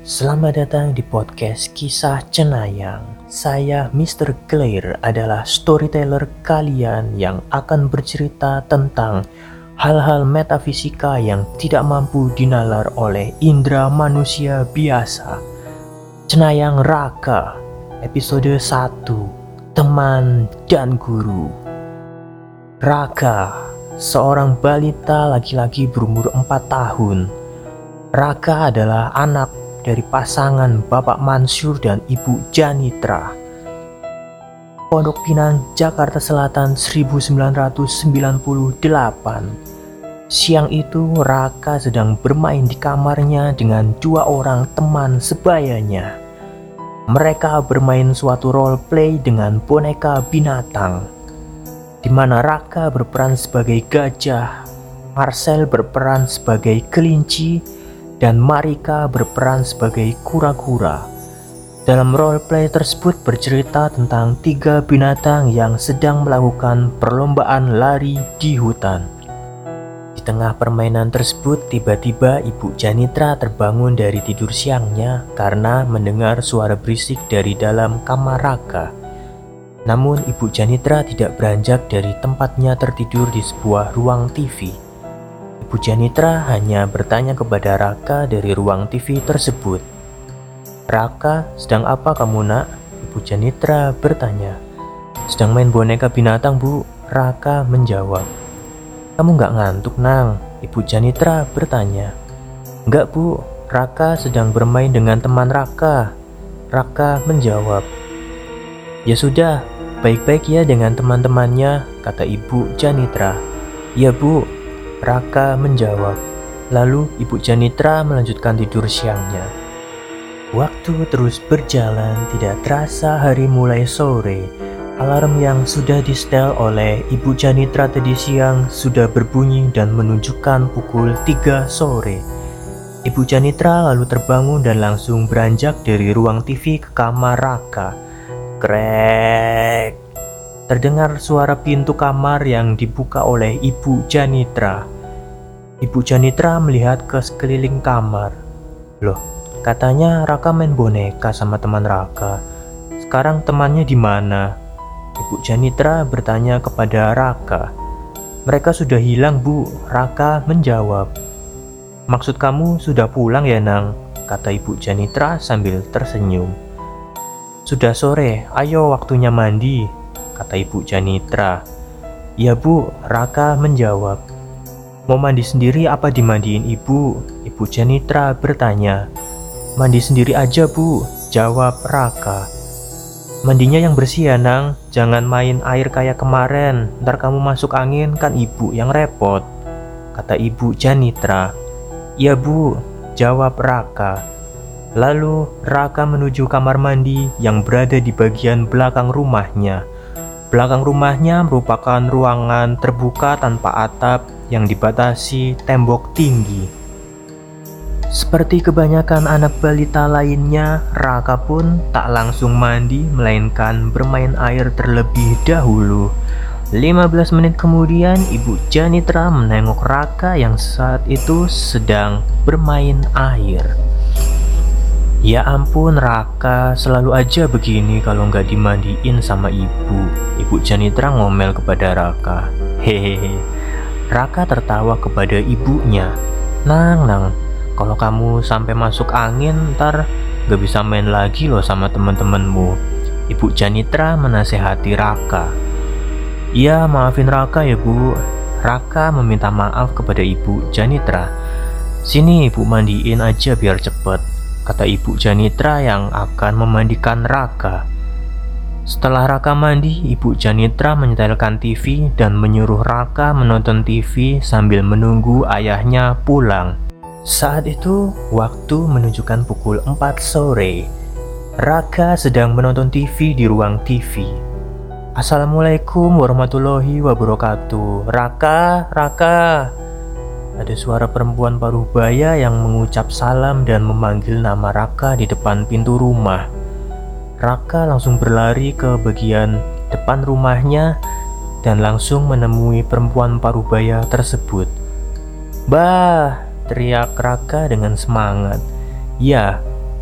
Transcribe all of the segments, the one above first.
Selamat datang di podcast Kisah Cenayang. Saya Mr. Claire adalah storyteller kalian yang akan bercerita tentang hal-hal metafisika yang tidak mampu dinalar oleh indera manusia biasa. Cenayang Raka, episode 1, Teman dan Guru. Raka, seorang balita laki-laki berumur 4 tahun. Raka adalah anak dari pasangan Bapak Mansur dan Ibu Janitra. Pondok Pinang, Jakarta Selatan 1998. Siang itu Raka sedang bermain di kamarnya dengan 2 orang teman sebayanya. Mereka bermain suatu role play dengan boneka binatang, di mana Raka berperan sebagai gajah, Marcel berperan sebagai kelinci, dan Marika berperan sebagai kura-kura. Dalam roleplay tersebut bercerita tentang 3 binatang yang sedang melakukan perlombaan lari di hutan. Di tengah permainan tersebut, tiba-tiba Ibu Janitra terbangun dari tidur siangnya karena mendengar suara berisik dari dalam kamar Raka. Namun Ibu Janitra tidak beranjak dari tempatnya tertidur di sebuah ruang TV. Ibu Janitra hanya bertanya kepada Raka dari ruang TV tersebut. "Raka, sedang apa kamu nak?" Ibu Janitra bertanya. "Sedang main boneka binatang, Bu," Raka menjawab. "Kamu gak ngantuk, Nang?" Ibu Janitra bertanya. "Enggak, Bu, Raka sedang bermain dengan teman Raka," Raka menjawab. "Ya sudah, baik-baik ya dengan teman-temannya," kata Ibu Janitra. "Ya, Bu," Raka menjawab. Lalu Ibu Janitra melanjutkan tidur siangnya. Waktu terus berjalan, tidak terasa hari mulai sore. Alarm yang sudah disetel oleh Ibu Janitra tadi siang sudah berbunyi dan menunjukkan pukul 3 sore. Ibu Janitra lalu terbangun dan langsung beranjak dari ruang TV ke kamar Raka. Krek! Terdengar suara pintu kamar yang dibuka oleh Ibu Janitra. Ibu Janitra melihat ke sekeliling kamar. "Loh, katanya Raka main boneka sama teman Raka. Sekarang temannya di mana?" Ibu Janitra bertanya kepada Raka. "Mereka sudah hilang, Bu," Raka menjawab. "Maksud kamu sudah pulang ya, Nang?" kata Ibu Janitra sambil tersenyum. "Sudah sore, ayo waktunya mandi," kata Ibu Janitra. "Ya, Bu," Raka menjawab. "Mau mandi sendiri apa dimandiin Ibu?" Ibu Janitra bertanya. "Mandi sendiri aja, Bu," jawab Raka. "Mandinya yang bersih ya, Nang. Jangan main air kayak kemarin. Ntar kamu masuk angin kan Ibu yang repot," kata Ibu Janitra. "Ya, Bu," jawab Raka. Lalu Raka menuju kamar mandi yang berada di bagian belakang rumahnya. Belakang rumahnya merupakan ruangan terbuka tanpa atap yang dibatasi tembok tinggi. Seperti kebanyakan anak balita lainnya, Raka pun tak langsung mandi melainkan bermain air terlebih dahulu. 15 menit kemudian Ibu Janitra menengok Raka yang saat itu sedang bermain air. "Ya ampun Raka, selalu aja begini kalau nggak dimandiin sama ibu," Ibu Janitra ngomel kepada Raka. "Hehehe." Raka tertawa kepada ibunya. Nang, kalau kamu sampai masuk angin ntar nggak bisa main lagi loh sama teman-temanmu," Ibu Janitra menasehati Raka. "Iya, maafin Raka ya, Bu." Raka meminta maaf kepada Ibu Janitra. "Sini Ibu mandiin aja biar cepet," kata Ibu Janitra yang akan memandikan Raka. Setelah Raka mandi, Ibu Janitra menyetelkan TV dan menyuruh Raka menonton TV sambil menunggu ayahnya pulang. Saat itu, waktu menunjukkan pukul 4 sore. Raka sedang menonton TV di ruang TV. "Assalamualaikum warahmatullahi wabarakatuh. Raka, Raka." Ada suara perempuan parubaya yang mengucap salam dan memanggil nama Raka di depan pintu rumah. Raka langsung berlari ke bagian depan rumahnya dan langsung menemui perempuan parubaya tersebut. "Bah!" teriak Raka dengan semangat. "Ya,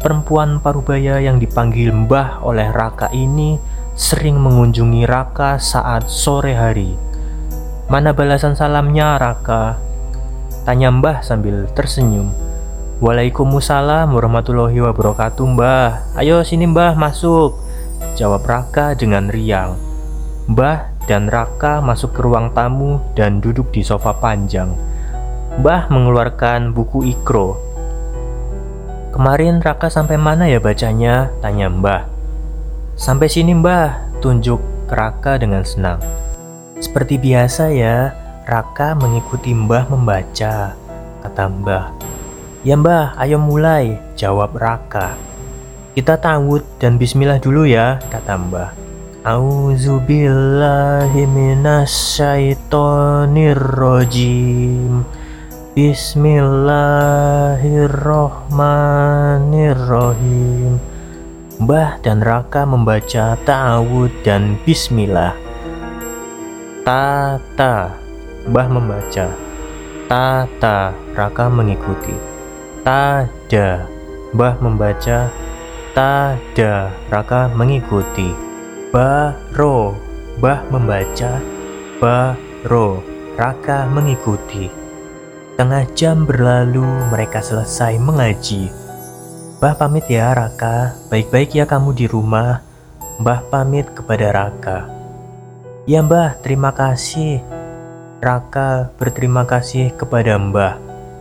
perempuan parubaya yang dipanggil Mbah oleh Raka ini sering mengunjungi Raka saat sore hari. "Mana balasan salamnya, Raka?" tanya Mbah sambil tersenyum. "Waalaikumsalam warahmatullahi wabarakatuh, Mbah. Ayo sini Mbah, masuk," jawab Raka dengan riang. Mbah dan Raka masuk ke ruang tamu dan duduk di sofa panjang. Mbah mengeluarkan buku Iqra. "Kemarin Raka sampai mana ya bacanya?" tanya Mbah. "Sampai sini Mbah," tunjuk ke Raka dengan senang. "Seperti biasa ya, Raka mengikuti Mbah membaca," kata Mbah. "Ya Mbah, ayo mulai," jawab Raka. "Kita ta'awudz dan bismillah dulu ya," kata Mbah. "A'udzubillahi minasyaitonirrajim. Bismillahirrohmanirrohim." Mbah dan Raka membaca ta'awudz dan bismillah. "Ta-ta," Mbah membaca. "Ta-ta," Raka mengikuti. "Ta-da," Mbah membaca. "Ta-da," Raka mengikuti. "Ba-ro," Mbah membaca. "Ba-ro," Raka mengikuti. Setengah jam berlalu, mereka selesai mengaji. "Mbah pamit ya Raka, baik-baik ya kamu di rumah," Mbah pamit kepada Raka. "Ya Mbah, terima kasih." Raka berterima kasih kepada Mbah.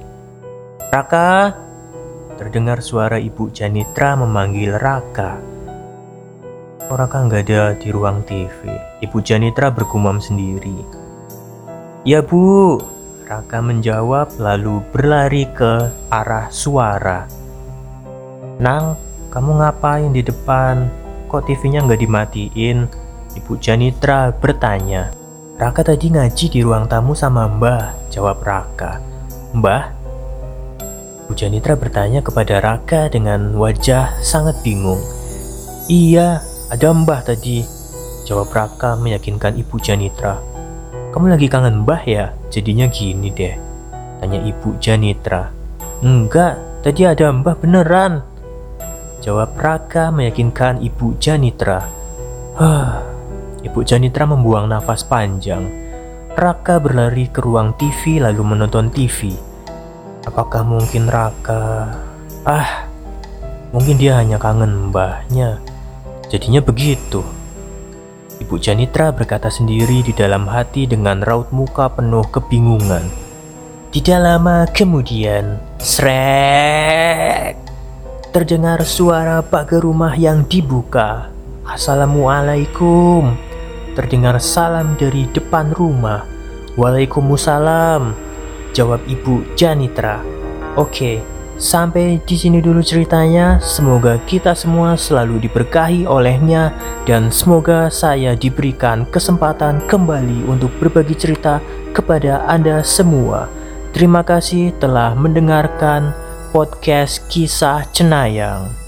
"Raka!" Terdengar suara Ibu Janitra memanggil Raka. "Kok Raka nggak ada di ruang TV?" Ibu Janitra bergumam sendiri. "Ya Bu," Raka menjawab lalu berlari ke arah suara. "Nang, kamu ngapain di depan? Kok TV-nya nggak dimatiin?" Ibu Janitra bertanya. "Raka tadi ngaji di ruang tamu sama Mbah," jawab Raka. "Mbah?" Ibu Janitra bertanya kepada Raka dengan wajah sangat bingung. "Iya, ada Mbah tadi," jawab Raka meyakinkan Ibu Janitra. "Kamu lagi kangen Mbah ya? Jadinya gini deh," tanya Ibu Janitra. "Enggak, tadi ada Mbah beneran," jawab Raka meyakinkan Ibu Janitra. Ibu Janitra membuang nafas panjang. Raka berlari ke ruang TV lalu menonton TV. Apakah mungkin Raka... mungkin dia hanya kangen Mbahnya. Jadinya begitu. Ibu Janitra berkata sendiri di dalam hati dengan raut muka penuh kebingungan. Tidak lama kemudian, srek, terdengar suara pagar rumah yang dibuka. "Assalamualaikum," terdengar salam dari depan rumah. "Waalaikumsalam," jawab Ibu Janitra. "Oke, sampai di sini dulu ceritanya. Semoga kita semua selalu diberkahi olehnya dan semoga saya diberikan kesempatan kembali untuk berbagi cerita kepada Anda semua. Terima kasih telah mendengarkan podcast Kisah Cenayang.